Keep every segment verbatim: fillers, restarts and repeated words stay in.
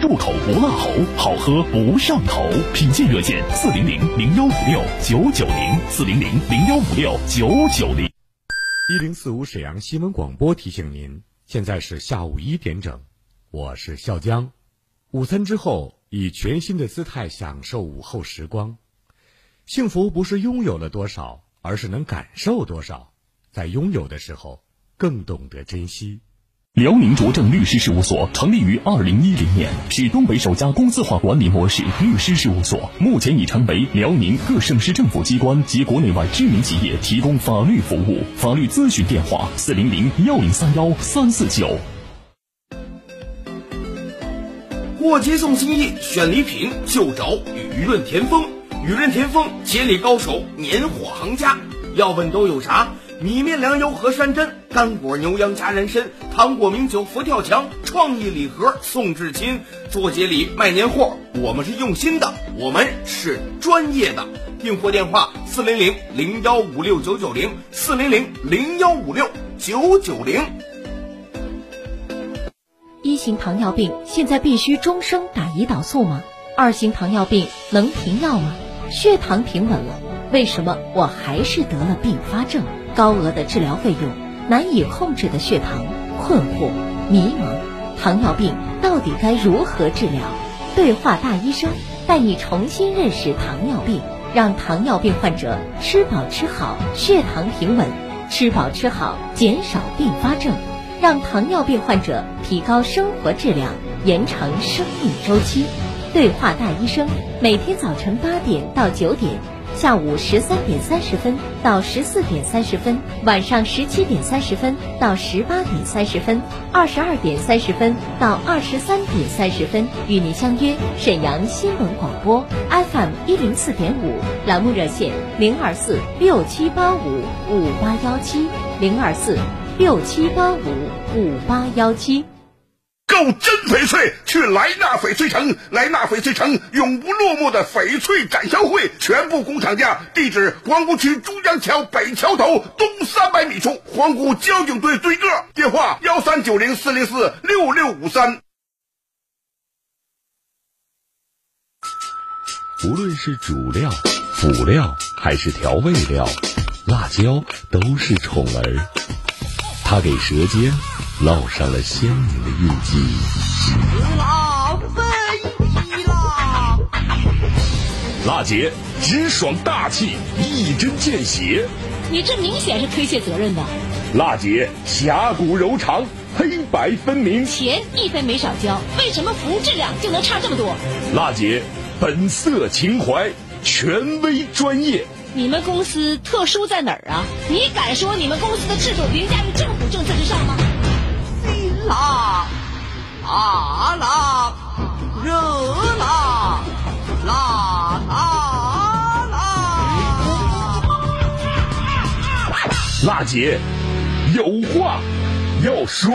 入口不辣喉，好喝不上头。品鉴热线：四零零零幺五六九九零，四零零零幺五六九九零。 一零四五沈阳新闻广播提醒您，现在是下午一点整，我是笑江。午餐之后，以全新的姿态享受午后时光。幸福不是拥有了多少，而是能感受多少。在拥有的时候，更懂得珍惜。 辽宁卓正律师事务所成立于二零一零年，是东北首家公司化管理模式律师事务所，目前已成为辽宁各省市政府机关及国内外知名企业提供法律服务。法律咨询电话：四零零幺零三幺三四九。 过节送心意，选礼品就找雨润田丰。雨润田丰，接力高手，年货行家。要问都有啥？米面粮油和山珍，干果牛羊加人参，糖果名酒佛跳墙，创意礼盒送至亲。做节礼卖年货，我们是用心的，我们是专业的。订货电话：四零零零幺五六九九零，四零零零幺五六九九零。 一型糖尿病现在必须终生打胰岛素吗？二型糖尿病能停药吗？血糖平稳了，为什么我还是得了并发症？高额的治疗费用，难以控制的血糖，困惑、迷茫，糖尿病到底该如何治疗？对话大医生，带你重新认识糖尿病，让糖尿病患者吃饱吃好，血糖平稳，吃饱吃好，减少并发症，让糖尿病患者提高生活质量，延长生命周期。对话大医生，每天早晨八点到九点，下午十三点三十分到十四点三十分，晚上十七点三十分到十八点三十分，二十二点三十分到二十三点三十分，与您相约沈阳新闻广播 F M 一零四点五，栏目热线零二四六七八五五八幺七零二四六七八五五八幺七。 购真翡翠，去莱纳翡翠城。莱纳翡翠城永不落幕的翡翠展销会，全部工厂价。地址：皇姑区珠江桥北桥头东三百米处，皇姑交警队对个。电话：幺三九零四零四六六五三。 无论是主料、辅料还是调味料，辣椒都是宠儿，它给舌尖烙上了鲜明的印记。 辣飞机啦！ 辣姐直爽大气，一针见血。 你这明显是推卸责任的。 辣姐侠骨柔肠，黑白分明。 钱一分没少交，为什么服务质量就能差这么多？ 辣姐本色情怀，权威专业。 你们公司特殊在哪儿啊？你敢说你们公司的制度凌驾于政府政策之上吗？ 辛辣、辣辣、热辣、辣辣辣！ 辣姐有话要说。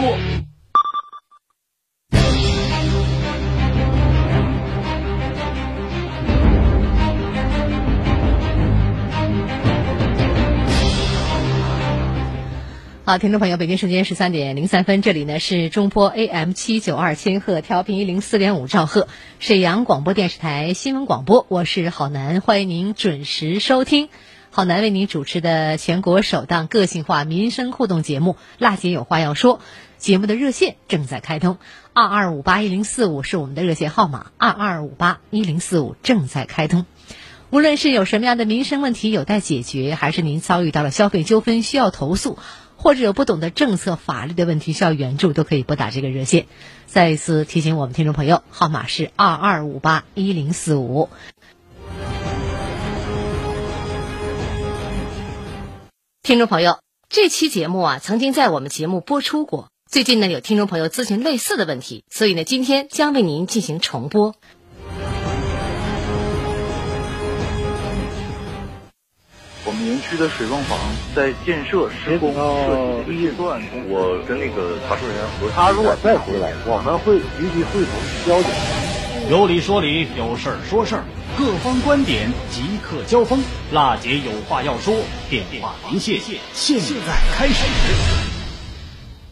好，听众朋友，北京时间十三点零三分，这里呢是中波 A M 七九二千赫，调频一零四点五兆赫，沈阳广播电视台新闻广播，我是郝楠，欢迎您准时收听郝楠为您主持的全国首档个性化民生互动节目《辣姐有话要说》。节目的热线正在开通，二二五八一零四五是我们的热线号码，二二五八一零四五正在开通。无论是有什么样的民生问题有待解决，还是您遭遇到了消费纠纷需要投诉，或者有不懂的政策法律的问题需要援助，都可以拨打这个热线。再一次提醒我们听众朋友，号码是二二五八一零四五。听众朋友，这期节目啊，曾经在我们节目播出过。最近呢，有听众朋友咨询类似的问题，所以呢，今天将为您进行重播。 我们园区的水泵房在建设施工设计阶段，我跟那个查收人员核实。 他如果再回来，我们会立即会同交警。 有理说理，有事儿说事儿，各方观点即刻交锋。辣姐有话要说，电话连线现在开始。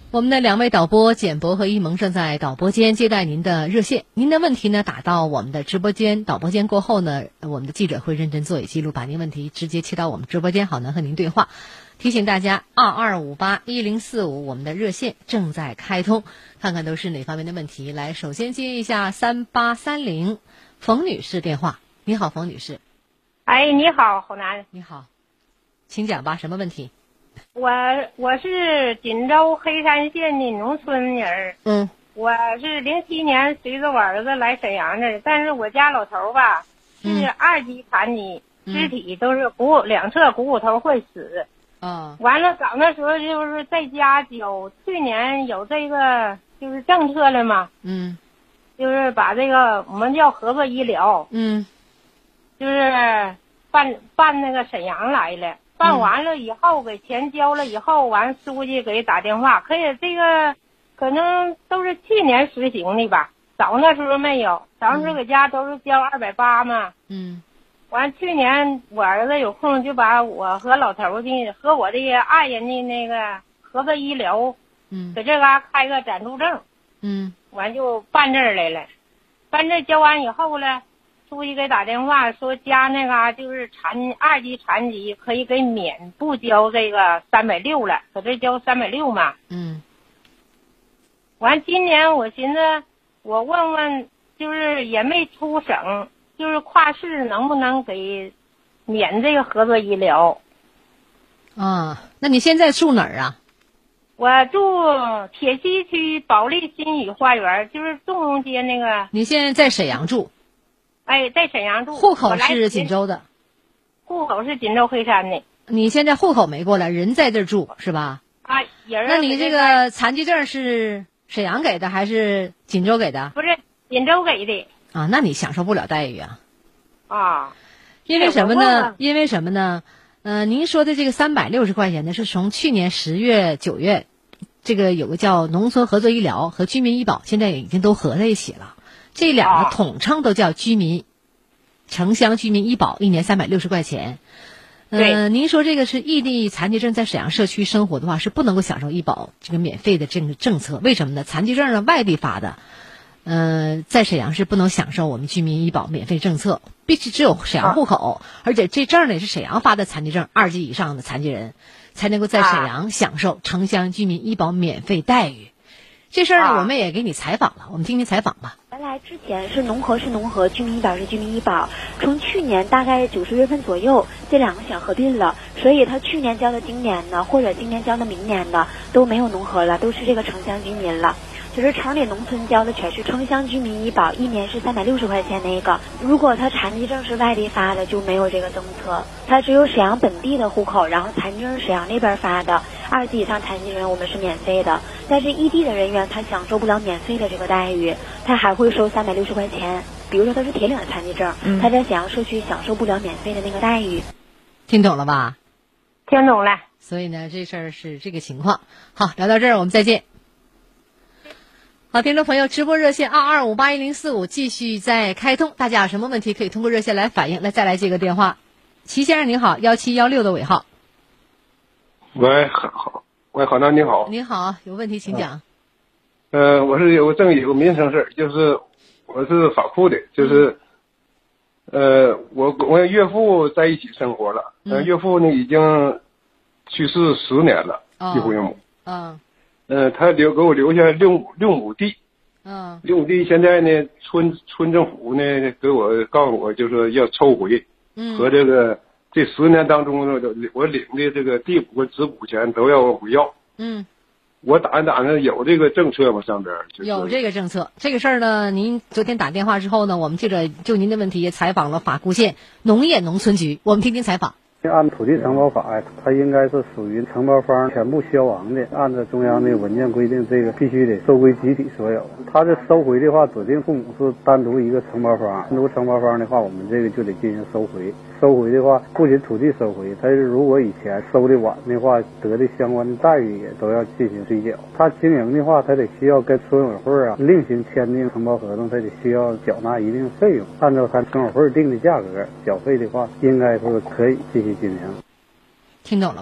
我们的两位导播简博和一萌正在导播间接待您的热线，您的问题呢打到我们的直播间导播间过后呢，我们的记者会认真做一记录，把您问题直接切到我们直播间，好能和您对话。提醒大家，二二五八一零四五我们的热线正在开通，看看都是哪方面的问题。来，首先接一下三八三零冯女士电话。你好，冯女士。 哎，你好，侯楠。 你好，请讲吧，什么问题？ 我我是锦州黑山县的农村人， 嗯， 我是零七年随着我儿子来沈阳的，但是我家老头吧是二级残疾， 嗯、 肢体都是骨两侧股骨头会死， 啊、 嗯，完了早那时候就是在家有去年有这个就是政策了嘛， 嗯， 就是把这个我们叫合作医疗， 嗯， 就是办办那个沈阳来了。办完了以后，给钱交了以后，完书记给打电话，可以这个可能都是去年实行的吧，早那时候没有，早那时候搁家都是交二百八嘛。 嗯。 完去年我儿子有空就把我和老头的和我的爱人的那个合作医疗， 嗯， 搁这嘎开个暂住证， 嗯， 完就办这儿来了，办这交完以后呢。书记给打电话说家那嘎就是残二级残疾可以给免不交这个三百六了，搁这交三百六嘛。 嗯。 完今年我寻思我问问，就是也没出省，就是跨市能不能给免这个合作医疗？ 啊，那你现在住哪儿啊？ 我住铁西区保利新宇花园，就是纵容街那个。 你现在在沈阳住？ 哎，在沈阳住， 户口是锦州的， 户口是锦州黑山的。 你现在户口没过来，人在这儿住是吧？ 啊，人。 那你这个残疾证是沈阳给的还是锦州给的？ 不是锦州给的。 啊，那你享受不了待遇啊。 啊。 因为什么呢？因为什么呢？呃，您说的这个三百六十块钱呢，是从去年十月、九月，这个有个叫农村合作医疗和居民医保，现在已经都合在一起了。这两个统称都叫居民城乡居民医保，一年三百六十块钱。呃，您说这个是异地残疾证在沈阳社区生活的话，是不能够享受医保这个免费的这个政策。为什么呢？残疾证呢外地发的，呃，在沈阳是不能享受我们居民医保免费政策，必须只有沈阳户口，啊、而且这证呢也是沈阳发的残疾证，二级以上的残疾人才能够在沈阳享受城乡居民医保免费待遇。这事儿呢，啊、我们也给你采访了，我们听听采访吧。 原来之前是农合是农合，居民医保是居民医保。从去年大概九十月份左右，这两个省合并了，所以他去年交的今年的，或者今年交的明年的都没有农合了，都是这个城乡居民了。就是城里农村交的全是城乡居民医保，一年是三百六十块钱那个。如果他残疾证是外地发的，就没有这个政策，他只有沈阳本地的户口，然后残疾证是沈阳那边发的，二级以上残疾人我们是免费的。但是异地的人员他享受不了免费的这个待遇，他还会收三百六十块钱。比如说他是铁岭的残疾证，嗯、他在沈阳社区享受不了免费的那个待遇。 听懂了吧？ 听懂了。 所以呢，这事儿是这个情况。好，聊到这儿，我们再见。好，听众朋友，直播热线二二五八一零四五继续在开通，大家有什么问题可以通过热线来反映。来，再来接个电话，齐先生您好，幺七幺六的尾号。 喂，好，喂，郝楠你好。 您好，有问题请讲。 呃，我是有正有个民生事儿，就是我是法库的，就是，嗯、呃，我我岳父在一起生活了，嗯、呃，岳父呢已经去世十年了， 哦、 继父岳母。 嗯。 嗯，他留给我留下六六亩地， 嗯， 六亩地现在呢，村村政府呢给我告诉我，就说要抽回， 嗯， 和这个这十年当中呢，我领的这个地补和支补钱都要往回要， 嗯， 我打算打算有这个政策吗？上边、就是、 有这个政策，这个事儿呢，您昨天打电话之后呢，我们记者就您的问题也采访了法库县农业农村局，我们听听采访。 按土地承包法呀，它应该是属于承包方全部消亡的。按照中央的文件规定，这个必须得收归集体所有。他这收回的话，指定父母是单独一个承包方，单独承包方的话，我们这个就得进行收回。收回的话，不仅土地收回，他如果以前收的晚的话，得的相关的待遇也都要进行追缴。他经营的话，他得需要跟村委会啊另行签订承包合同，他得需要缴纳一定费用，按照他村委会定的价格缴费的话，应该是可以继续经营。 听懂了吧？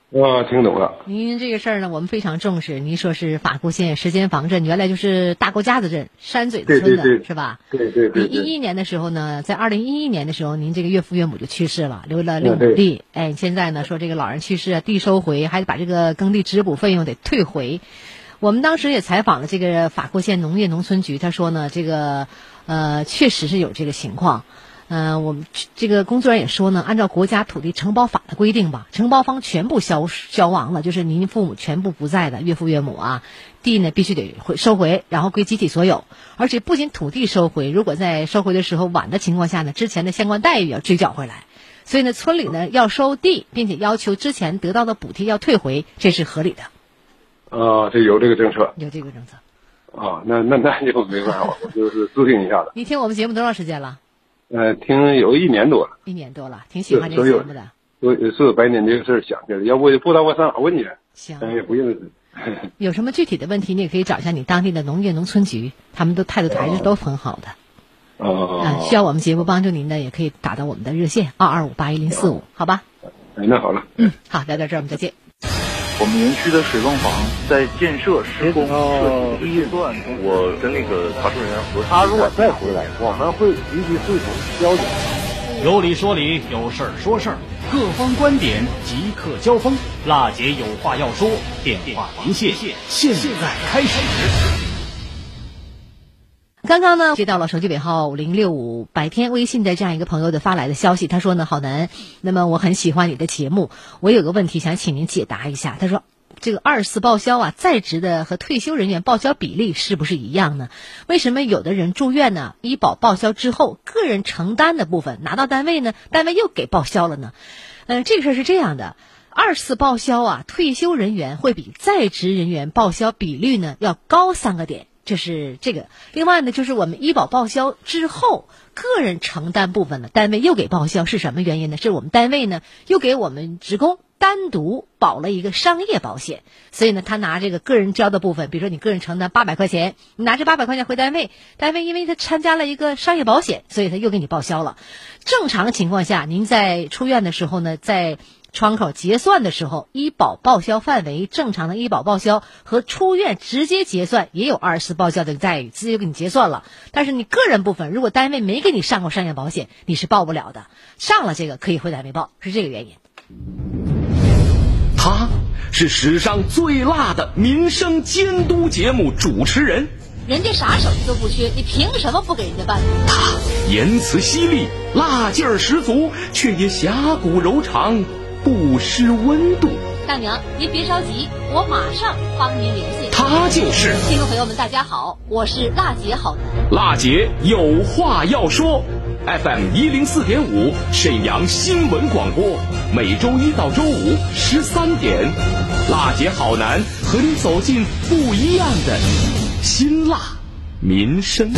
啊，听懂了。 您这个事儿呢，我们非常重视。您说是法库县石间房镇，原来就是大沟家子镇山嘴子村的， 对对对是吧？ 对对对。 您一一年的时候呢，在二零一一年的时候，您这个岳父岳母就去世了，留了六亩地。哎，现在呢说这个老人去世啊，地收回，还得把这个耕地质补费用得退回。我们当时也采访了这个法库县农业农村局，他说呢，这个呃确实是有这个情况。嗯、呃，我们这个工作人员也说呢，按照国家土地承包法的规定吧，承包方全部消消亡了，就是您父母全部不在的岳父岳母啊，地呢必须得回收回，然后归集体所有。而且不仅土地收回，如果在收回的时候晚的情况下呢，之前的相关待遇要追缴回来。所以呢，村里呢要收地，并且要求之前得到的补贴要退回，这是合理的。 啊，这有这个政策。 有这个政策。 啊，那那那就没办法，我就是咨询一下子。 你听我们节目多长时间了？ 呃，听有一年多了， 一年多了，挺喜欢这个节目的。 我是把您这个事儿想起来，要不不知道我上哪问去。 行， 咱也不认识。 有什么具体的问题，你也可以找一下你当地的农业农村局，他们都态度还是都很好的。 哦。 啊，需要我们节目帮助您的，也可以打到我们的热线二二五八一零四五，好吧？ 哎，那好了。 嗯，好，聊到这儿，我们再见。 我们园区的水泵房在建设施工设计预算，我跟那个查收人员核实。 他如果再回来，我们会立即汇总交给。 有理说理，有事儿说事儿，各方观点即刻交锋。辣姐有话要说，电话连线现在开始。 刚刚呢，接到了手机尾号五零六五白天微信的这样一个朋友的发来的消息，他说呢，郝楠，那么我很喜欢你的节目，我有个问题想请您解答一下。他说，这个二次报销啊，在职的和退休人员报销比例是不是一样呢？为什么有的人住院呢，医保报销之后，个人承担的部分拿到单位呢，单位又给报销了呢？嗯、呃，这个事儿是这样的。二次报销啊，退休人员会比在职人员报销比率呢要高三个点。这是这个，另外呢，就是我们医保报销之后，个人承担部分呢，单位又给报销，是什么原因呢？是我们单位呢又给我们职工单独保了一个商业保险，所以呢，他拿这个个人交的部分，比如说你个人承担八百块钱，你拿这八百块钱回单位，单位因为他参加了一个商业保险，所以他又给你报销了。正常情况下，您在出院的时候呢，在窗口结算的时候，医保报销范围正常的医保报销和出院直接结算也有二次报销的待遇，直接就给你结算了。但是你个人部分，如果单位没给你上过商业保险，你是报不了的。上了这个可以回单位报，是这个原因。 他是史上最辣的民生监督节目主持人， 人家啥手艺都不缺，你凭什么不给人家办？ 他言辞犀利，辣劲儿十足，却也侠骨柔肠，不失温度。 大娘，您别着急，我马上帮您联系。 他就是听众朋友们，大家好，我是辣姐郝楠。 辣姐有话要说 ，F M 一零四点五，沈阳新闻广播，每周一到周五十三点，辣姐郝楠和你走进不一样的辛辣民生。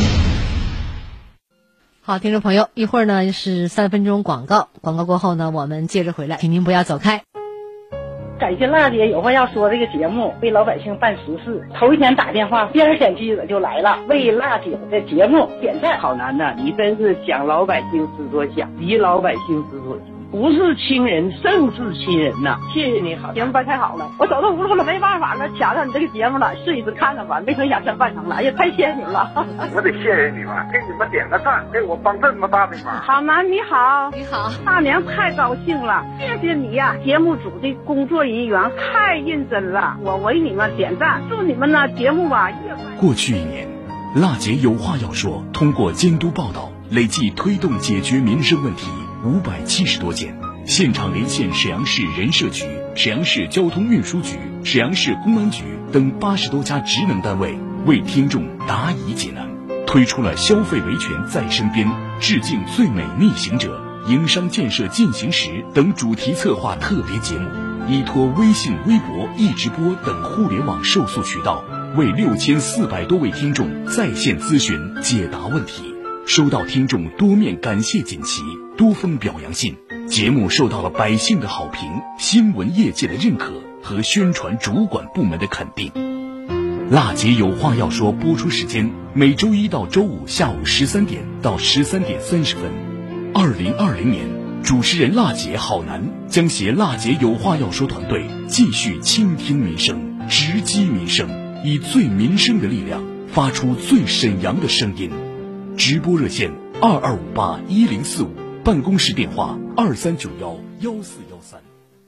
好，听众朋友，一会儿呢是三分钟广告，广告过后呢，我们接着回来，请您不要走开。 感谢辣姐有话要说这个节目，为老百姓办实事。头一天打电话，第二天记者就来了，为辣姐的节目点赞。 郝楠呐，你真是想老百姓之所想，急老百姓之所急，不是亲人胜似亲人呐！谢谢你，好， 节目办太好了，我走到屋头了，没办法了，抢上你这个节目了，试一试看看吧，没成想上办成了，哎呀，太谢谢你了！ 我得谢谢你们，给你们点个赞，给我帮这么大的忙。 郝楠你好， 你好， 大娘太高兴了，谢谢你呀、啊！节目组的工作人员太认真了，我为你们点赞，祝你们呢节目吧越办。 过去一年，辣姐有话要说，通过监督报道，累计推动解决民生问题五百七十多件。现场连线沈阳市人社局、沈阳市交通运输局、沈阳市公安局等八十多家职能单位，为听众答疑解难，推出了消费维权在身边、致敬最美逆行者、营商建设进行时等主题策划特别节目，依托微信、微博、易直播等互联网受诉渠道，为六千四百多位听众在线咨询解答问题，收到听众多面感谢锦旗、多封表扬信。节目受到了百姓的好评、新闻业界的认可和宣传主管部门的肯定。辣姐有话要说播出时间每周一到周五下午十三点到十三点三十分。二零二零年主持人辣姐好男将携辣姐有话要说团队继续倾听民生，直击民生，以最民生的力量发出最沈阳的声音。直播热线二二五八一零四五，办公室电话二三九幺幺四幺三。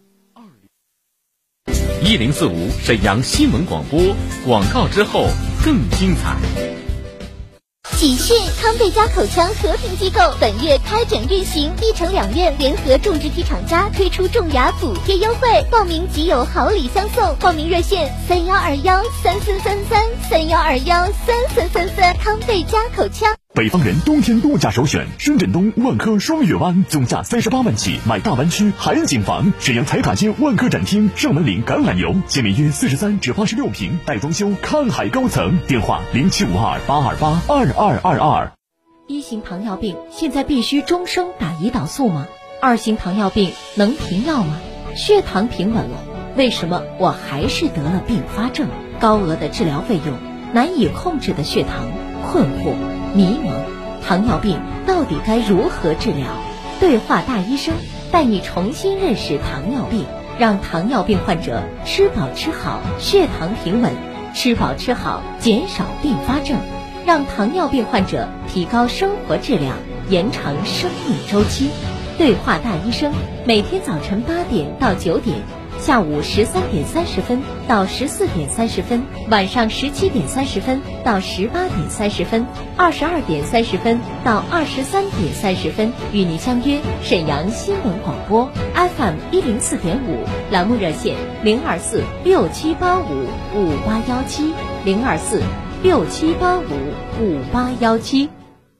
一零四五沈阳新闻广播，广告之后更精彩。 喜讯！康贝佳口腔和平机构本月开诊运行，一城两院联合种植体厂家推出种牙补贴优惠，报名即有好礼相送。报名热线三幺二幺三三三三三幺二幺三三三三。康贝佳口腔。 北方人冬天度假首选深圳东万科双月湾，总价三十八万起，买大湾区海景房。沈阳彩塔街万科展厅上门岭橄榄油，现面约四十三至八十六平，带装修，看海高层。电话零七五二八二八二二二二。 一型糖尿病现在必须终生打胰岛素吗？二型糖尿病能停药吗？血糖平稳了，为什么我还是得了并发症？高额的治疗费用，难以控制的血糖，困惑迷茫，糖尿病到底该如何治疗？对话大医生带你重新认识糖尿病，让糖尿病患者吃饱吃好，血糖平稳，吃饱吃好，减少并发症，让糖尿病患者提高生活质量，延长生命周期。对话大医生每天早晨八点到九点，下午十三点三十分到十四点三十分，晚上十七点三十分到十八点三十分，二十二点三十分到二十三点三十分，与你相约沈阳新闻广播 F M 一零四点五，栏目热线零二四六七八五五八幺七零二四六七八五五八幺七。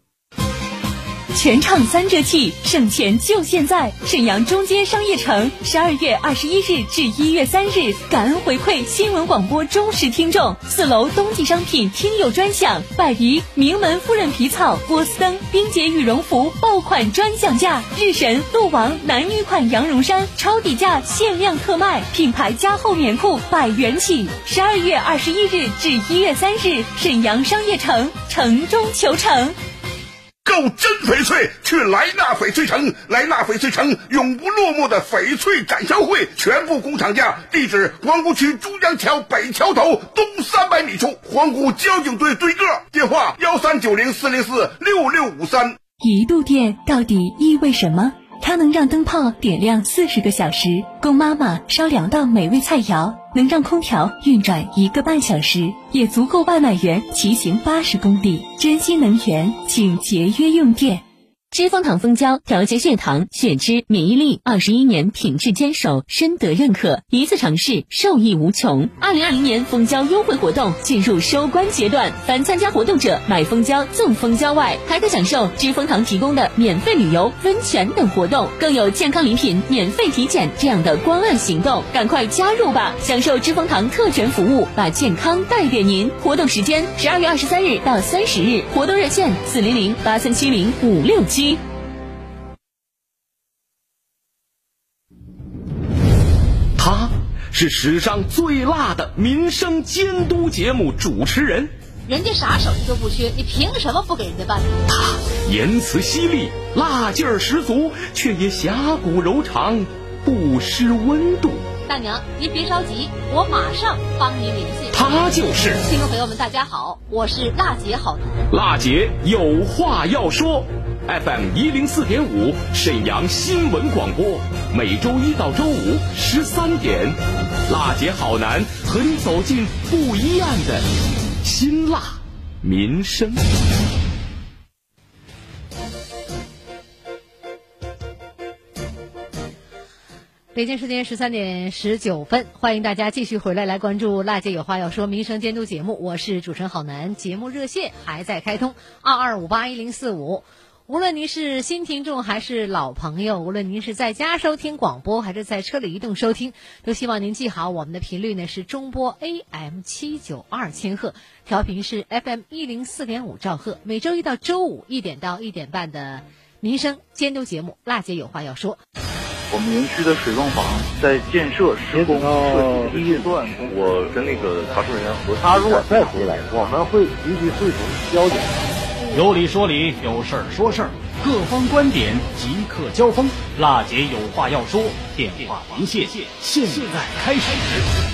全场三折起，省钱就现在！沈阳中街商业城，十二月二十一日至一月三日，感恩回馈新闻广播忠实听众。四楼冬季商品听友专享，百迪名门夫人皮草、波司登、冰洁羽绒服爆款专享价，日神、鹿王男女款羊绒衫超底价限量特卖，品牌加厚棉裤百元起。十二月二十一日至一月三日，沈阳商业城，城中求成。 购真翡翠，去莱纳翡翠城，莱纳翡翠城永不落幕的翡翠展销会，全部工厂价，地址皇姑区珠江桥北桥头东三百米处，皇姑交警队对个，电话幺三九零四零四六六五三。 一度电到底意味什么？它能让灯泡点亮四十个小时，供妈妈烧两道美味菜肴，能让空调运转一个半小时，也足够外卖员骑行八十公里。珍惜能源，请节约用电。知蜂糖蜂胶调节血糖、血脂、免疫力，二十一年品质坚守，深得认可，一次尝试受益无穷。二零二零年蜂胶优惠活动进入收官阶段，凡参加活动者买蜂胶赠蜂胶外，还可享受知蜂糖提供的免费旅游、温泉等活动，更有健康礼品、免费体检这样的关爱行动，赶快加入吧！享受知蜂糖特权服务，把健康带给您。活动时间十二月二十三日到三十日，活动热线四零零八三七零五六七。 他是史上最辣的民生监督节目主持人， 人家啥手艺都不缺，你凭什么不给人家办？ 他言辞犀利，辣劲儿十足，却也侠骨柔肠，不失温度。 大娘，您别着急，我马上帮您联系。 他就是听众朋友们，大家好，我是辣姐好男。 辣姐有话要说 ，F M 一零四点五，沈阳新闻广播，每周一到周五十三点，辣姐好男和你走进不一样的辛辣民生。 北京时间十三点十九分，欢迎大家继续回来来关注辣姐有话要说民生监督节目，我是主持人郝楠，节目热线还在开通二二五八一零四五。无论您是新听众还是老朋友，无论您是在家收听广播还是在车里移动收听，都希望您记好我们的频率呢是中波 A M 七九二千赫，调频是 F M 一零四点五兆赫，每周一到周五一点到一点半的民生监督节目，辣姐有话要说。 我们园区的水泵房在建设施工设计第一段，我跟那个查收人员核他如果再回来，我们会立即汇总交警。 有理说理，有事儿说事儿，各方观点即刻交锋。辣姐有话要说，电话连线，现在开始。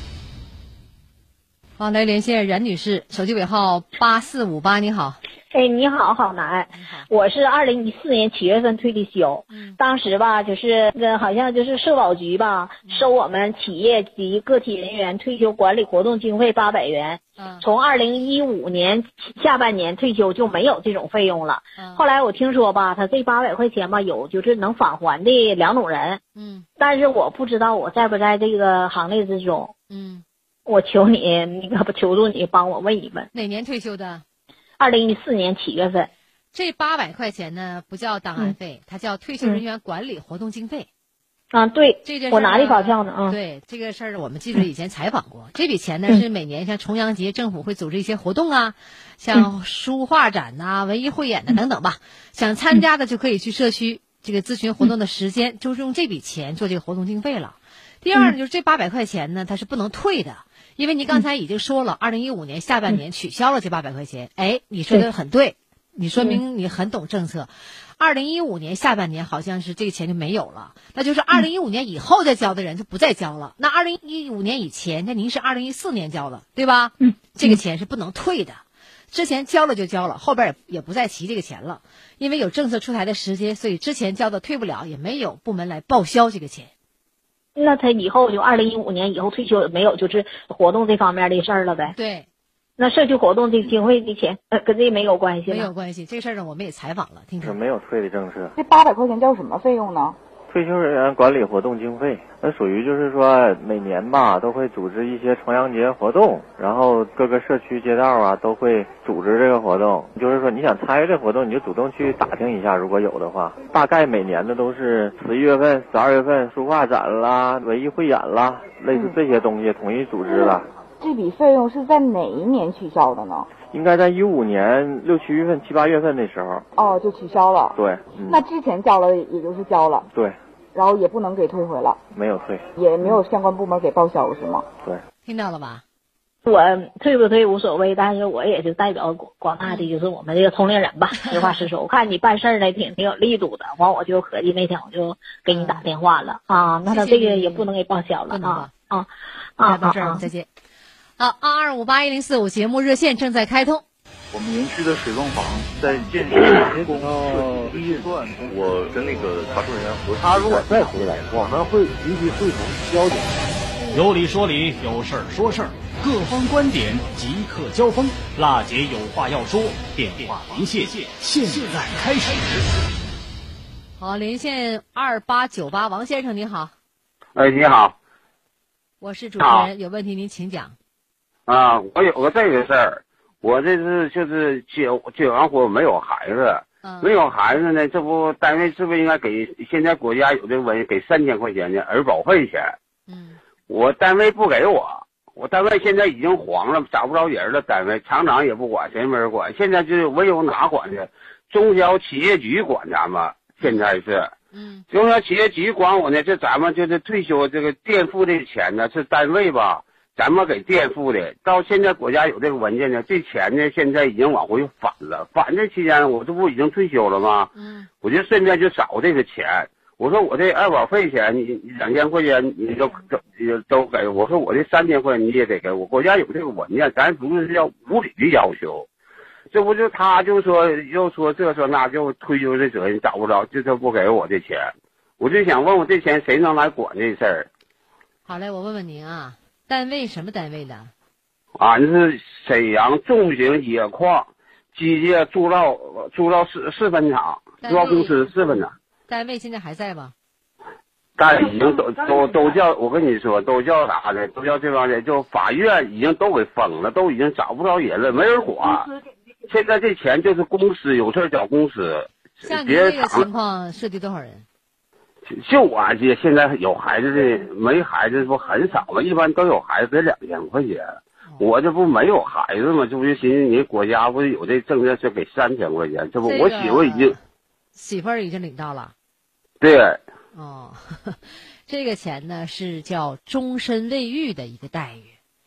好，来连线冉女士，手机尾号八四五八，你好。 哎，你好，郝楠，我是二零一四年七月份退的休，嗯、当时吧，就是呃，好像就是社保局吧，嗯、收我们企业及个体人员退休管理活动经费八百元，嗯、从二零一五年下半年退休就没有这种费用了。嗯、后来我听说吧，他这八百块钱吧，有就是能返还的两种人，嗯，但是我不知道我在不在这个行列之中，嗯，我求你，那个求助你帮我问一问， 哪年退休的？ 二零一四年七月份， 这八百块钱呢不叫档案费，嗯、它叫退休人员管理活动经费。 啊，对， 这件我拿的发票呢。啊， 对这个事儿，我们记者以前采访过。嗯、这笔钱呢是每年像重阳节政府会组织一些活动啊，像书画展呐、啊、文艺汇演呐、啊、等等吧。想参加的就可以去社区这个咨询活动的时间，就是用这笔钱做这个活动经费了。第二呢，就是这八百块钱呢，它是不能退的。因为你刚才已经说了，二零一五年下半年取消了这八百块钱，哎，你说的很对，你说明你很懂政策。二零一五年下半年好像是这个钱就没有了，那就是二零一五年以后再交的人就不再交了。那二零一五年以前，那您是二零一四年交的，对吧？嗯，这个钱是不能退的，之前交了就交了，后边也也不再提这个钱了，因为有政策出台的时间，所以之前交的退不了，也没有部门来报销这个钱。 那他以后就二零一五年以后退休也没有就是活动这方面的事儿了呗？ 对， 那社区活动这经费的钱，呃，跟这没有关系吗？ 没有关系，这个事儿呢我们也采访了，听听。 是没有退的政策。 这八百块钱叫什么费用呢？ 退休人员管理活动经费，那属于就是说每年吧都会组织一些重阳节活动，然后各个社区街道啊都会组织这个活动。就是说你想参与这活动，你就主动去打听一下，如果有的话。大概每年的都是十一月份、十二月份书画展啦、文艺汇演啦，类似这些东西统一组织了。 这笔费用是在哪一年取消的呢？ 应该在一五年六七月份、七八月份那时候。 哦，就取消了。 对，嗯、 那之前交了，也就是交了。 对。 然后也不能给退回了。 没有退。 也没有相关部门给报销是吗？ 对。 听到了吧？ 我退不退无所谓，但是我也是代表广大的就是我们这个同龄人吧，实话实说。我看你办事儿呢挺挺有力度的，完我就合计那天我就给你打电话了、嗯、啊。那他这个也不能给报销了啊啊啊！ 到这儿，再见。好，二二五八一零四五节目热线正在开通。 我们园区的水泵房在建设施工设计预算，我跟那个查出人员核他如果再回来，我们会集体会同交警。 有理说理，有事儿说事儿，各方观点即刻交锋。辣姐有话要说，电话连线，现在开始。 好，连线二八九八，王先生你好。 哎，你好。 我是主持人，有问题您请讲。 啊，我有个这个事儿。我这是就是结结完婚没有孩子，嗯、没有孩子呢，这不单位是不是应该给？现在国家有这个文给三千块钱的儿保费钱，嗯，我单位不给我，我单位现在已经黄了，找不着人了，单位厂长也不管，谁没人管？现在就是唯有哪管的？中小企业局管咱们，现在是，嗯，中小企业局管我呢，这咱们就是退休这个垫付的钱呢，是单位吧？咱们给垫付的，到现在国家有这个文件呢，这钱呢现在已经往回返了。返这期间我这不已经退休了吗？嗯，我就顺便就找这个钱。我说我这二保费钱，你两千块钱你都都都给。我说我这三千块钱你也得给我。国家有这个文件，咱不是要无理的要求。这不就他就说又说这说那，就推究这责任找不着，就他不给我这钱。我就想问问这钱谁能来管这事儿？ 好嘞，我问问您啊。单位什么单位的？ 俺是沈阳重型冶矿机械铸造铸造四四分厂，铸造公司四分厂。 单位现在还在吗？ 但已经都都都叫我跟你说，都叫啥呢？都叫这帮人，就法院已经都给封了，都已经找不着人了，没人管。现在这钱就是公司有事找公司。 像你这个情况涉及多少人？ 就我这现在有孩子的，没孩子不很少吗？一般都有孩子得两千块钱，我这不没有孩子吗？这不就寻思你国家不是有这政策是给三千块钱？这不、这个、我媳妇已经， 媳妇儿已经领到了。 对。 哦，呵呵这个钱呢是叫终身未育的一个待遇，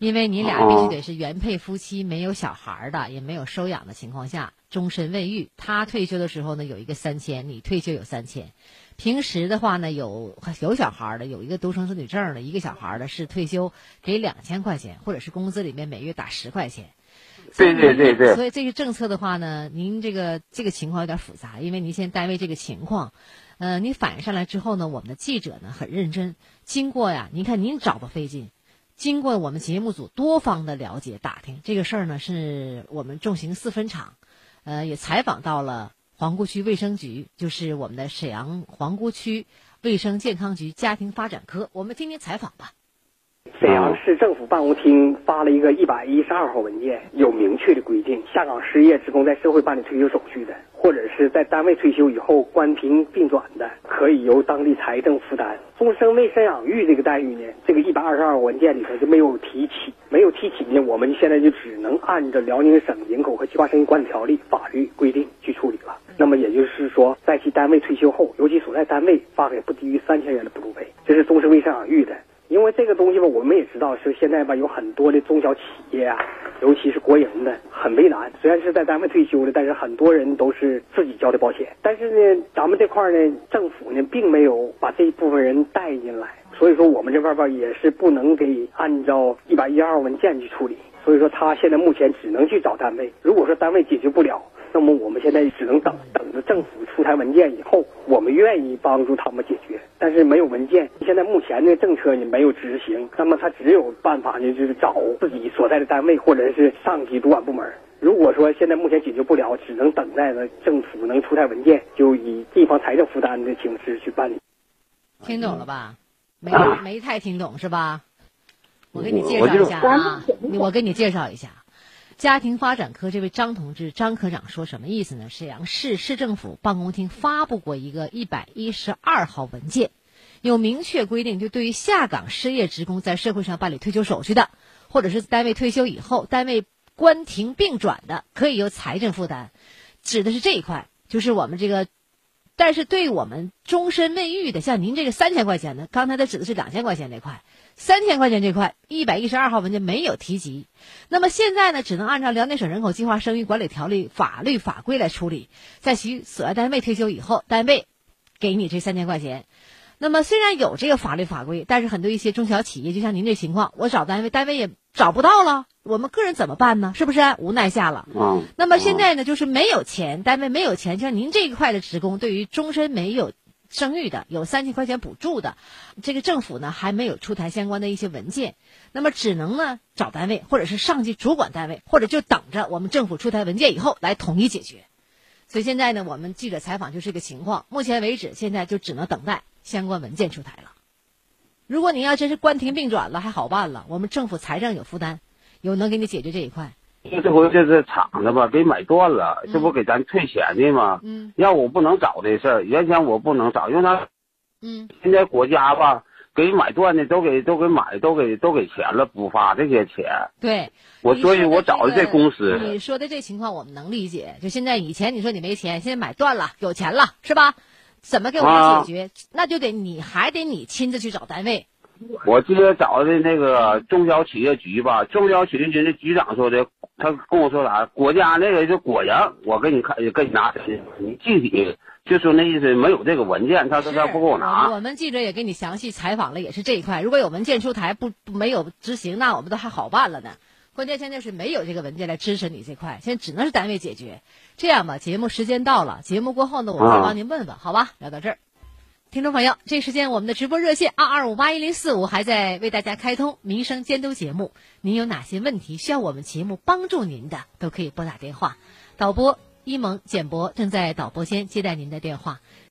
因为你俩必须得是原配夫妻，没有小孩的，也没有收养的情况下，终身未育。他退休的时候呢，有一个三千，你退休有三千。平时的话呢，有有小孩的，有一个独生子女证的，一个小孩的是退休给两千块钱，或者是工资里面每月打十块钱。 对对对对。 所以这个政策的话呢，您这个这个情况有点复杂，因为您现在单位这个情况，呃，你反映上来之后呢，我们的记者呢很认真，经过呀，您看您找不费劲。经过我们节目组多方的了解打听，这个事儿呢是我们重型四分厂，呃，也采访到了皇姑区卫生局，就是我们的沈阳皇姑区卫生健康局家庭发展科。我们听听采访吧。 沈阳市政府办公厅发了一个一百一十二号文件，有明确的规定，下岗失业职工在社会办理退休手续的，或者是在单位退休以后关停并转的，可以由当地财政负担。终身未赡养育这个待遇呢，这个一百二十二号文件里头就没有提起，没有提起呢，我们现在就只能按照辽宁省人口和计划生育管理条例法律规定去处理了。那么也就是说，在其单位退休后，由其所在单位发给不低于三千元的补助费，这是终身未赡养育的。因为这个东西吧，我们也知道是现在吧，有很多的中小企业啊，尤其是国营的，很为难。虽然是在单位退休的，但是很多人都是自己交的保险。但是呢，咱们这块呢，政府呢并没有把这一部分人带进来，所以说我们这边吧也是不能给按照一百一十二文件去处理。所以说他现在目前只能去找单位。如果说单位解决不了，那么我们现在只能等等着政府出台文件以后，我们愿意帮助他们解决。但是没有文件，现在目前的政策也没有执行，那么他只有办法呢，就是找自己所在的单位或者是上级主管部门。如果说现在目前解决不了，只能等待着政府能出台文件，就以地方财政负担的形式去办理。 听懂了吧？没没太听懂是吧？我给你介绍一下啊，我给你介绍一下。家庭发展科这位张同志，张科长说什么意思呢？沈阳市市政府办公厅发布过一个一百一十二号文件，有明确规定，就对于下岗失业职工在社会上办理退休手续的，或者是单位退休以后单位关停并转的，可以由财政负担，指的是这一块，就是我们这个。但是对我们终身未育的，像您这个三千块钱的，刚才他指的是两千块钱这块，三千块钱这块一百一十二号文件没有提及。那么现在呢，只能按照辽宁省人口计划生育管理条例法律法规来处理，在其所在单位退休以后，单位给你这三千块钱。那么虽然有这个法律法规，但是很多一些中小企业，就像您这情况，我找单位，单位也找不到了，我们个人怎么办呢？是不是无奈下了？ 嗯。 那么现在呢，就是没有钱，单位没有钱，像您这一块的职工，对于终身没有生育的，有三千块钱补助的，这个政府呢还没有出台相关的一些文件，那么只能呢找单位或者是上级主管单位，或者就等着我们政府出台文件以后来统一解决。所以现在呢，我们记者采访就是这个情况，目前为止现在就只能等待相关文件出台了。如果你要真是关停并转了，还好办了，我们政府财政有负担，有能给你解决这一块。 这回这是厂子吧，给买断了， 嗯、 这不给咱退钱的吗？ 嗯， 要我不能找这事儿，原先我不能找，因为他， 嗯， 现在国家吧给买断的都给都给买都给都给钱了，补发这些钱。 对， 我所以我找的这公司。 你说的这情况我们能理解，就现在以前你说你没钱，现在买断了，有钱了是吧？怎么给我们解决？啊、那就得你还得你亲自去找单位。 我今天找的那个中小企业局吧，中小企业局的局长说的，他跟我说啥？国家那个就果然，我给你看，给你拿，你具体就说那意思没有这个文件，他说他不给我拿。 我们记者也给你详细采访了，也是这一块。如果有文件出台，不没有执行，那我们都还好办了呢。关键现在是没有这个文件来支持你这块，现在只能是单位解决。这样吧，节目时间到了，节目过后呢，我们再帮您问问，啊、好吧？聊到这儿。听众朋友，这时间我们的直播热线二二五八一零四五还在为大家开通民生监督节目，您有哪些问题需要我们节目帮助您的，都可以拨打电话。导播一萌、简博正在导播间接待您的电话。